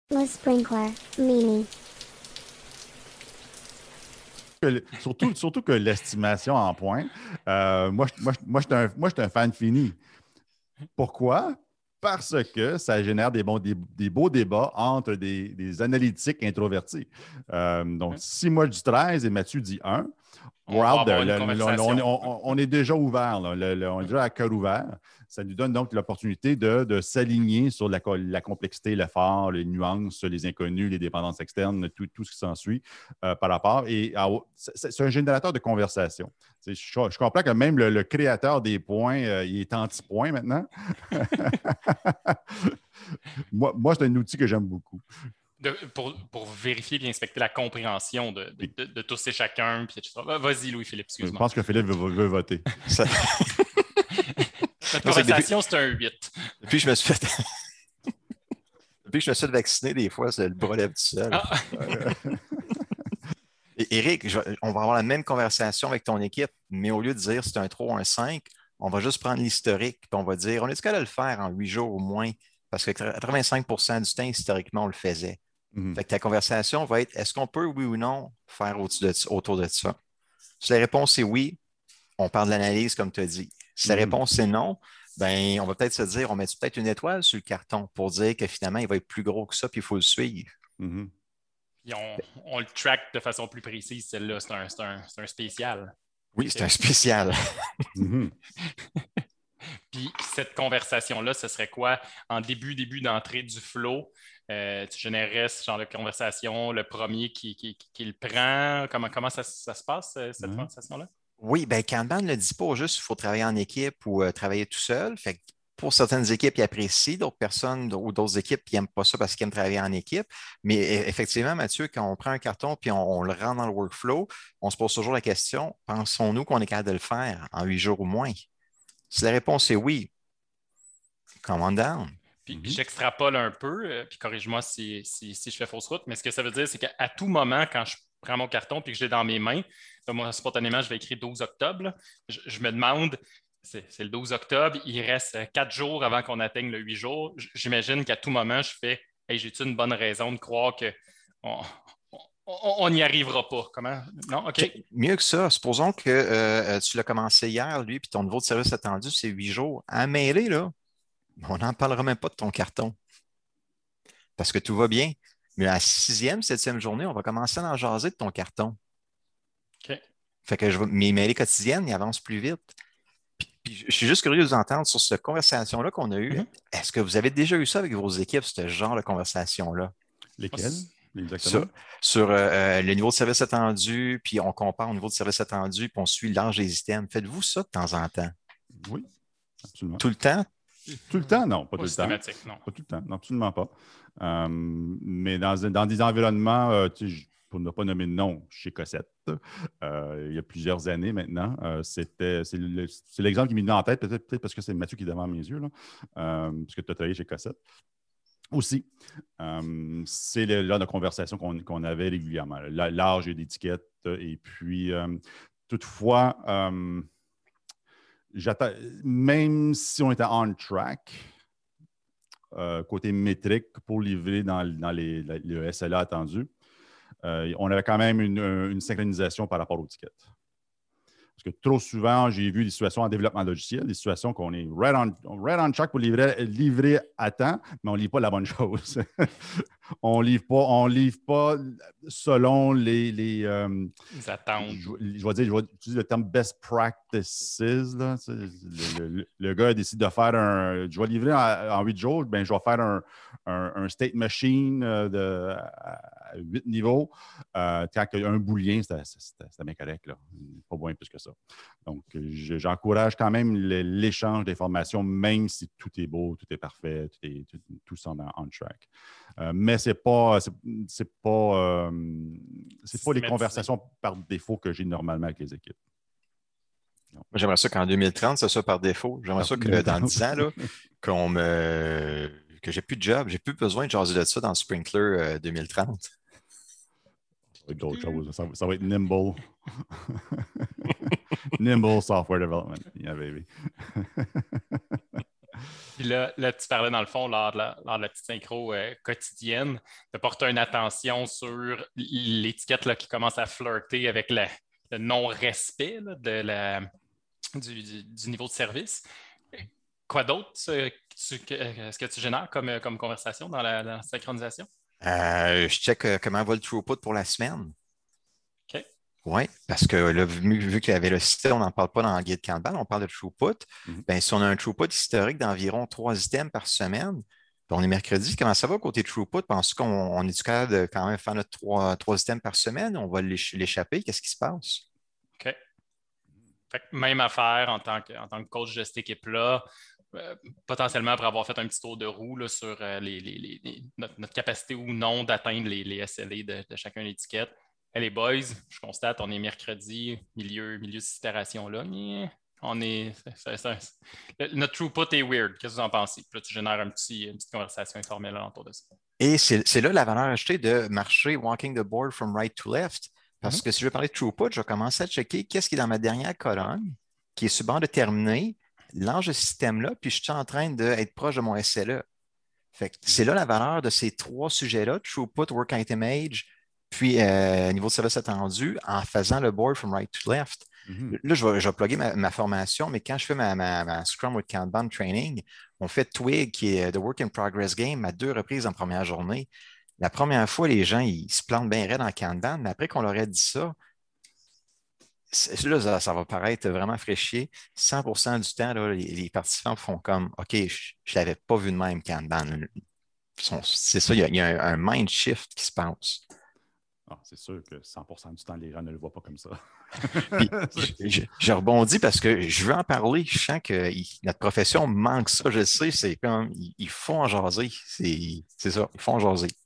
Le sprinkler, Mimi. Surtout que l'estimation en point, moi, je suis un fan fini. Pourquoi? Parce que ça génère des beaux débats entre des analytiques introvertis. Donc, si moi je dis 13 et Mathieu dit 1, On we're va out there. avoir une conversation. On est déjà ouvert. Là. On est déjà à cœur ouvert. Ça nous donne donc l'opportunité de s'aligner sur la complexité, l'effort, les nuances, les inconnus, les dépendances externes, tout ce qui s'ensuit par rapport. C'est un générateur de conversation. Je comprends que même le créateur des points, il est anti-point maintenant. Moi, c'est un outil que j'aime beaucoup. Pour vérifier et inspecter la compréhension de tous et chacun. Puis, etc. Vas-y, Louis-Philippe, Je excuse-moi. pense que Philippe veut voter. Notre conversation, c'est un 8. Depuis que je me suis fait... Depuis que je me suis fait vacciner, des fois, c'est le bras lève tout seul. Ah. Éric, on va avoir la même conversation avec ton équipe, mais au lieu de dire c'est un 3 ou un 5, on va juste prendre l'historique et on va dire on est-ce qu'à le faire en 8 jours au moins? Parce que 85% du temps, historiquement, on le faisait. Fait que ta conversation va être est-ce qu'on peut, oui ou non, faire autour de ça? Si la réponse est oui, on parle de l'analyse, comme tu as dit. Si la réponse est non, ben, on va peut-être se dire on met peut-être une étoile sur le carton pour dire que finalement, il va être plus gros que ça, puis il faut le suivre. Puis on le track de façon plus précise, celle-là. C'est un spécial. Oui, c'est un spécial. Puis cette conversation-là, ce serait quoi? En début d'entrée du flow, tu générerais ce genre de conversation, le premier qui le prend. Comment ça se passe, cette conversation-là? Oui, bien, Kanban ne le dit pas juste qu'il faut travailler en équipe ou travailler tout seul. Fait que pour certaines équipes, ils apprécient, d'autres personnes ou d'autres équipes qui n'aiment pas ça parce qu'ils aiment travailler en équipe. Mais effectivement, Mathieu, quand on prend un carton puis on le rend dans le workflow, on se pose toujours la question, pensons-nous qu'on est capable de le faire en 8 jours ou moins? Si la réponse est oui, come on down. Puis j'extrapole un peu, puis corrige-moi si je fais fausse route, mais ce que ça veut dire, c'est qu'à tout moment, quand je prends mon carton puis que je l'ai dans mes mains, moi, spontanément, je vais écrire 12 octobre. Là. Je me demande, c'est le 12 octobre, il reste 4 jours avant qu'on atteigne le 8 jours. J'imagine qu'à tout moment, je fais hey, j'ai-tu une bonne raison de croire qu'on n'y arrivera pas? Comment? Non? OK. Mieux que ça, supposons que tu l'as commencé hier, lui, puis ton niveau de service attendu, c'est 8 jours. À mêler, là, on n'en parlera même pas de ton carton. Parce que tout va bien. Mais à la 6e, 7e journée, on va commencer à en jaser de ton carton. OK. Fait que mes mêlées quotidiennes, ils avancent plus vite. Puis je suis juste curieux de vous entendre sur cette conversation-là qu'on a eue. Est-ce que vous avez déjà eu ça avec vos équipes, ce genre de conversation-là? Lesquelles? Exactement. Sur le niveau de service attendu, puis on compare au niveau de service attendu, puis on suit l'âge des items. Faites-vous ça de temps en temps? Oui, absolument. Tout le temps? Tout le temps, non, pas tout le temps. Non. Pas tout le temps, non, absolument pas. Mais dans des environnements, pour ne pas nommer de nom, chez Cossette, il y a plusieurs années maintenant, c'est l'exemple qui m'est venu en tête, peut-être parce que c'est Mathieu qui est devant mes yeux, là, parce que tu as travaillé chez Cossette. Aussi, c'est le genre de conversation qu'on avait régulièrement. L'âge et l'étiquette, et puis, toutefois, même si on était on track, côté métrique pour livrer dans le SLA attendu, on avait quand même une synchronisation par rapport aux tickets. Parce que trop souvent, j'ai vu des situations en développement logiciel, des situations qu'on est right on track pour livrer à temps, mais on ne livre pas la bonne chose. On livre pas selon les attentes. Je vais utiliser le terme best practices. Là. Le gars décide de faire je vais livrer en 8 jours, ben, je vais faire un state machine à 8 niveaux. Quand il y a un booléen, c'était bien correct. Là. Pas moins plus que ça. Donc, j'encourage quand même l'échange d'informations, même si tout est beau, tout est parfait, tout semble on track. Mais c'est pas les conversations par défaut que j'ai normalement avec les équipes. Moi, j'aimerais ça qu'en 2030, ça soit par défaut. J'aimerais ça que dans 10 ans, là, que j'ai plus de job, j'ai plus besoin de jaser de ça dans Sprinkler 2030. Ça va être d'autres choses. Ça va être Nimble. Nimble Software Development. Yeah, baby. Puis là, tu parlais dans le fond, lors de la petite synchro quotidienne, de porter une attention sur l'étiquette là, qui commence à flirter avec le non-respect là, du niveau de service. Quoi d'autre est-ce que tu génères comme conversation dans la synchronisation? Je check comment va le throughput pour la semaine. OK. Oui, parce que là, vu que la vélocité, on n'en parle pas dans le guide Kanban, on parle de throughput. Bien, si on a un throughput historique d'environ 3 items par semaine, bien, on est mercredi, comment ça va côté throughput? Penses-tu qu'on est capable de quand même faire notre 3 items par semaine? On va l'échapper? Qu'est-ce qui se passe? OK. Fait que même affaire en tant que coach de cette équipe-là, potentiellement pour avoir fait un petit tour de roue là, sur notre capacité ou non d'atteindre les SLA de chacune étiquette. Hey, les boys, je constate, on est mercredi, milieu de cette itération-là. On est. Notre throughput est weird. Qu'est-ce que vous en pensez? Puis là, tu génères une petite conversation informelle autour de ça. Et c'est là la valeur ajoutée de marcher walking the board from right to left. Parce que si je veux parler de throughput, je vais commencer à checker qu'est-ce qui est dans ma dernière colonne, qui est sur bord de terminer, lance ce système-là, puis je suis en train d'être proche de mon SLA. Fait que c'est là la valeur de ces 3 sujets-là, throughput, work item age, puis niveau de service attendu, en faisant le board from right to left. Là, je vais plugger ma formation, mais quand je fais ma Scrum with Kanban training, on fait Twig, qui est The Work in Progress Game, à 2 reprises en première journée. La première fois, les gens, ils se plantent bien raides en Kanban, mais après qu'on leur ait dit ça, là, ça va paraître vraiment fraîchier. 100% du temps, là, les participants font comme OK, je ne l'avais pas vu de même Kanban. C'est ça, il y a un mind shift qui se passe. Ah, c'est sûr que 100% du temps, les gens ne le voient pas comme ça. Puis, je rebondis parce que je veux en parler. Je sens que notre profession manque ça. Je le sais, c'est comme il faut en jaser. C'est ça, il faut en jaser.